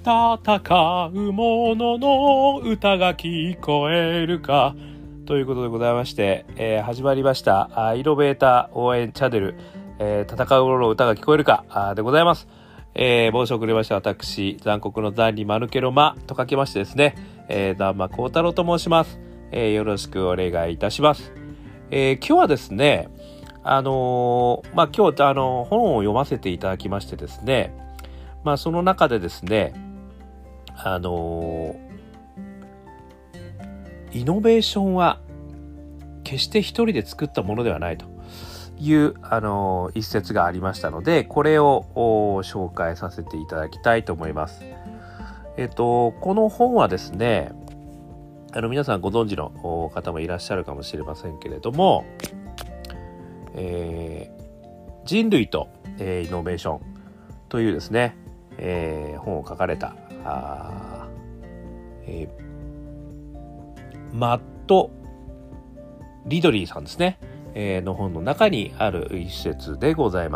戦う者の歌が聞こえるかということでございまして、始まりましたイノベーター応援チャンネル、戦う者の歌が聞こえるかでございます。申し遅れました私、残酷の残に間抜けの間と書きましてですね、談馬幸太郎と申します。よろしくお願いいたします。今日はですね、今日本を読ませていただきましてですね、その中でですね、イノベーションは決して一人で作ったものではないという一節がありましたので、これを紹介させていただきたいと思います。この本はですね、皆さんご存知の方もいらっしゃるかもしれませんけれども、人類と、イノベーションというですね、本を書かれたマット・リドリーさんですね、の本の中にある一節でございます。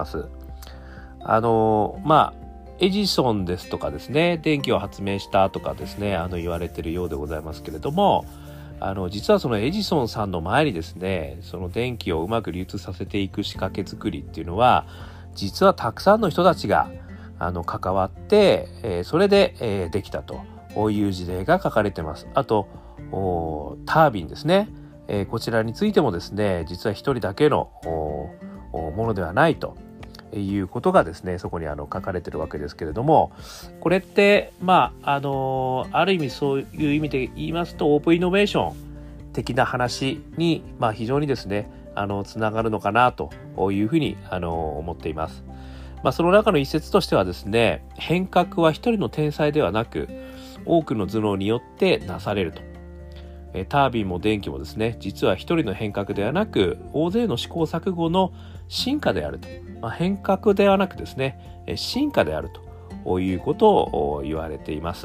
エジソンですとかですね、電気を発明したとかですね、言われているようでございますけれども、実はそのエジソンさんの前にですね、その電気をうまく流通させていく仕掛け作りっていうのは、実はたくさんの人たちが関わって、それで、できたという事例が書かれています。あとタービンですね、こちらについてもですね、実は一人だけのものではないということがですね、そこに書かれているわけですけれども、これってある意味そういう意味で言いますと、オープンイノベーション的な話に非常にですねつながるのかなというふうに思っています。その中の一節としてはですね、変革は一人の天才ではなく多くの頭脳によってなされると。タービンも電気もですね、実は一人の変革ではなく大勢の試行錯誤の進化であると。変革ではなくですね、進化であるということを言われています。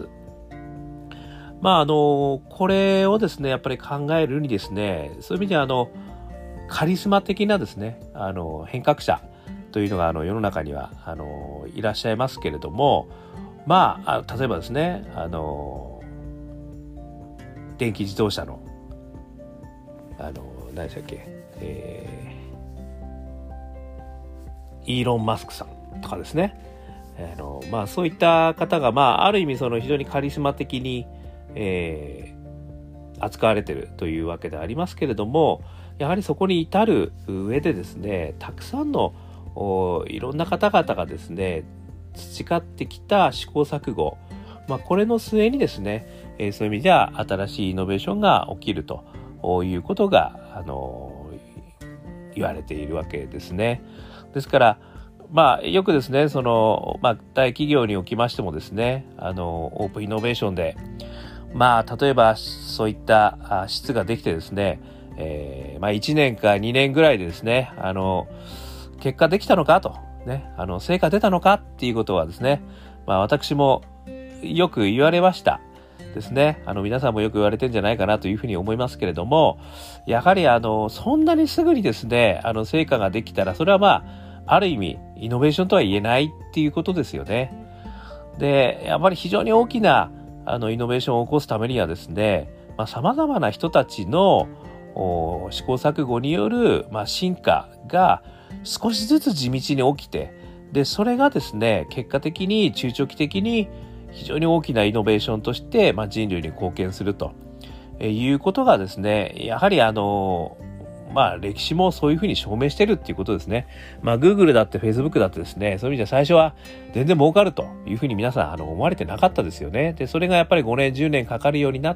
これをですね、やっぱり考えるにですね、そういう意味ではカリスマ的なですね、変革者というのが世の中にはいらっしゃいますけれども、例えばですね、電気自動車の何でしたっけ、イーロン・マスクさんとかですね、そういった方がある意味その非常にカリスマ的に、扱われているというわけでありますけれども、やはりそこに至る上でですね、たくさんのいろんな方々がですね培ってきた試行錯誤、これの末にですね、そういう意味では新しいイノベーションが起きるということが言われているわけですね。ですからよくですね、その大企業におきましてもですね、オープンイノベーションで例えばそういった質ができてですね、1年か2年ぐらいでですね、結果できたのかとね、成果出たのかっていうことはですね、私もよく言われましたですね。皆さんもよく言われてんじゃないかなというふうに思いますけれども、やはりそんなにすぐにですね成果ができたら、それはある意味イノベーションとは言えないっていうことですよね。で、やっぱり非常に大きなイノベーションを起こすためにはですね、様々な人たちの試行錯誤による進化が少しずつ地道に起きて、でそれがですね結果的に中長期的に非常に大きなイノベーションとして人類に貢献するということがですね、やはり歴史もそういうふうに証明してるっていうことですね。Google だって Facebook だってですね、そういう意味では最初は全然儲かるというふうに皆さん思われてなかったですよね。でそれがやっぱり5年10年かかるようになって、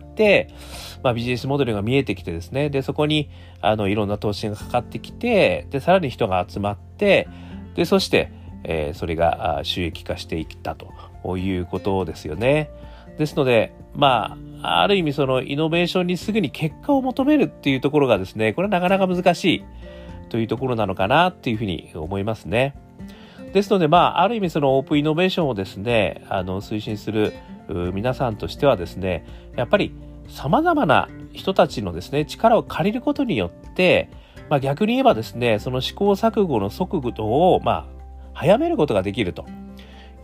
ビジネスモデルが見えてきてですね、でそこにいろんな投資がかかってきて、でさらに人が集まって、でそしてそれが収益化していったということですよね。ですのである意味そのイノベーションにすぐに結果を求めるっていうところがですね、これはなかなか難しいというところなのかなっていうふうに思いますね。ですのである意味そのオープンイノベーションをですね推進する皆さんとしてはですね、やっぱり様々な人たちのですね力を借りることによって、逆に言えばですね、その試行錯誤の速度を早めることができると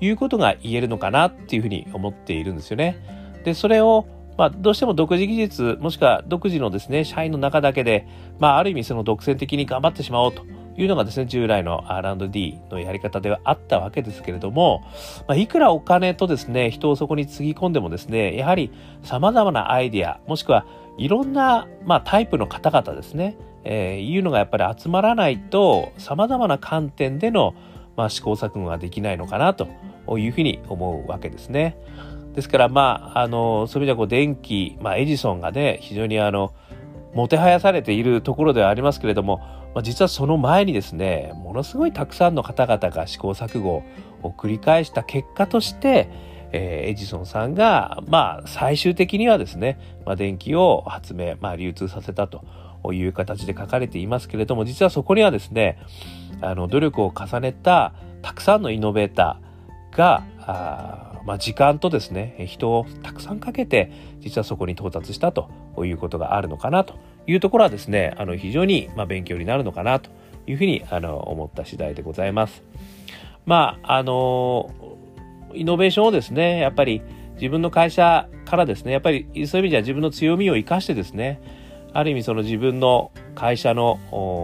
いうことが言えるのかなっていうふうに思っているんですよね。で、それをどうしても独自技術、もしくは独自のですね、社員の中だけで、ある意味その独占的に頑張ってしまおうというのがですね、従来の R&D のやり方ではあったわけですけれども、いくらお金とですね、人をそこにつぎ込んでもですね、やはり様々なアイデア、もしくはいろんな、タイプの方々ですね、いうのがやっぱり集まらないと、様々な観点での、試行錯誤ができないのかなというふうに思うわけですね。ですから、そういう意味では電気、エジソンがね、非常にもてはやされているところではありますけれども、実はその前にですね、ものすごいたくさんの方々が試行錯誤を繰り返した結果として、エジソンさんが、最終的にはですね、電気を発明、流通させたという形で書かれていますけれども、実はそこにはですね、努力を重ねたたくさんのイノベーターが、時間とですね、人をたくさんかけて、実はそこに到達したということがあるのかなというところはですね、非常に勉強になるのかなというふうに思った次第でございます。イノベーションをですね、やっぱり自分の会社からですね、やっぱりそういう意味では自分の強みを生かしてですね、ある意味その自分の会社の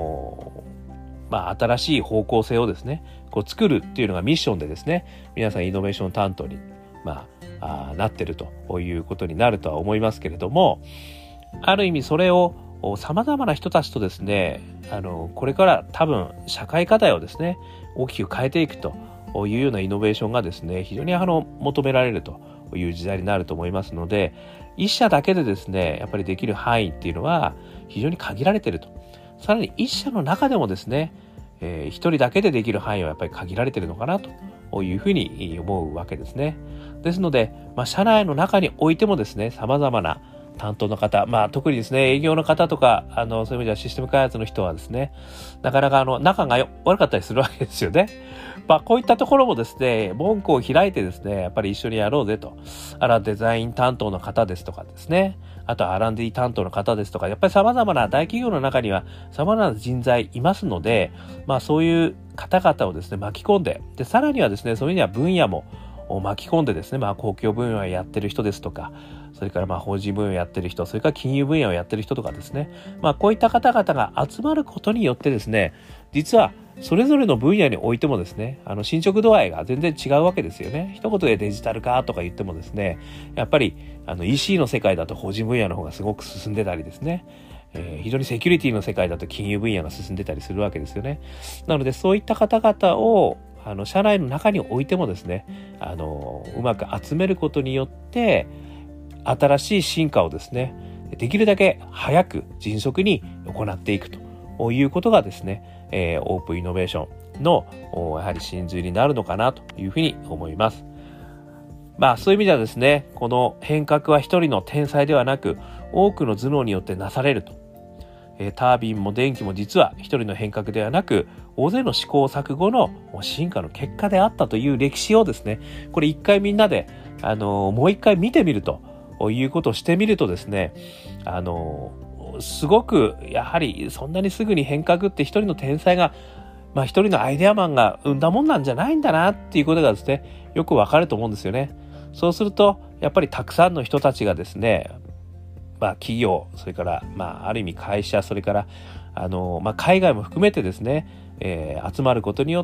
新しい方向性をですね、作るっていうのがミッションでですね、皆さんイノベーション担当に、なってるということになるとは思いますけれども、ある意味それを様々な人たちとですね、これから多分社会課題をですね、大きく変えていくというようなイノベーションがですね、非常に求められるという時代になると思いますので、一社だけでですね、やっぱりできる範囲っていうのは非常に限られていると。さらに一社の中でもですね、一人だけでできる範囲はやっぱり限られているのかなというふうに思うわけですね。ですので、社内の中においてもですね、様々な担当の方、特にですね、営業の方とか、そういう意味ではシステム開発の人はですね、なかなか仲が悪かったりするわけですよね。こういったところもですね、門戸を開いてですね、やっぱり一緒にやろうぜと。デザイン担当の方ですとかですね、あとは R&D 担当の方ですとか、やっぱり様々な大企業の中には様々な人材いますので、そういう方々をですね、巻き込んで、で、さらにはですね、そういうには分野も巻き込んでですね、公共分野をやってる人ですとか、それから法人分野をやってる人、それから金融分野をやってる人とかですね、こういった方々が集まることによってですね、実はそれぞれの分野においてもですね、進捗度合いが全然違うわけですよね。一言でデジタル化とか言ってもですね、やっぱりEC の世界だと法人分野の方がすごく進んでたりですね、非常にセキュリティの世界だと金融分野が進んでたりするわけですよね。なのでそういった方々を社内の中においてもですね、うまく集めることによって新しい進化をですね、できるだけ早く迅速に行っていくということがですね、オープンイノベーションのやはり真髄になるのかなというふうに思います。そういう意味ではですね、この変革は一人の天才ではなく多くの頭脳によってなされると。タービンも電気も実は一人の変革ではなく大勢の試行錯誤の進化の結果であったという歴史をですね、これ一回みんなでもう一回見てみるということをしてみるとですね、すごくやはりそんなにすぐに変革って一人の天才が一人のアイデアマンが生んだもんなんじゃないんだなっていうことがですね、よくわかると思うんですよね。そうするとやっぱりたくさんの人たちがですね、企業、それからある意味会社、それから海外も含めてですね、集まることによって、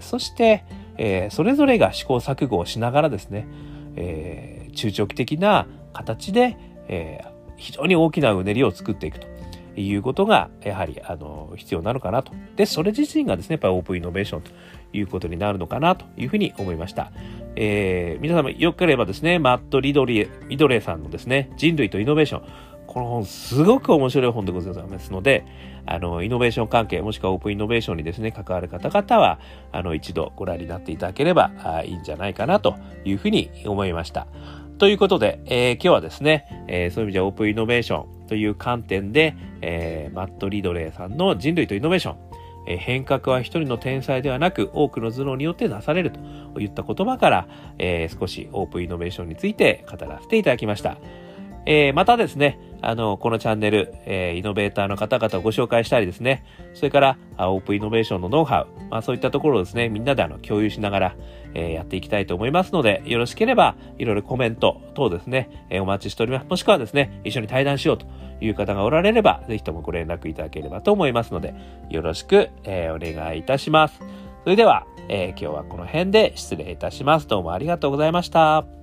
そして、それぞれが試行錯誤をしながらですね、中長期的な形で、非常に大きなうねりを作っていくということがやはり必要なのかなと。で、それ自身がですね、やっぱりオープンイノベーションということになるのかなというふうに思いました。皆様よければですね、マット・ミドレーさんのですね、人類とイノベーション。この本すごく面白い本でございますので、イノベーション関係もしくはオープンイノベーションにですね、関わる方々は一度ご覧になっていただければいいんじゃないかなというふうに思いました。ということで、今日はですね、そういう意味ではオープンイノベーションという観点で、マット・リドレーさんの人類とイノベーション、変革は一人の天才ではなく多くの頭脳によってなされるといった言葉から、少しオープンイノベーションについて語らせていただきました。またですね、 このチャンネル、イノベーターの方々をご紹介したりですね、それからオープンイノベーションのノウハウ、そういったところをですね、みんなで共有しながら、やっていきたいと思いますので、よろしければいろいろコメント等ですね、お待ちしております。もしくはですね、一緒に対談しようという方がおられれば、ぜひともご連絡いただければと思いますので、よろしく、お願いいたします。それでは、今日はこの辺で失礼いたします。どうもありがとうございました。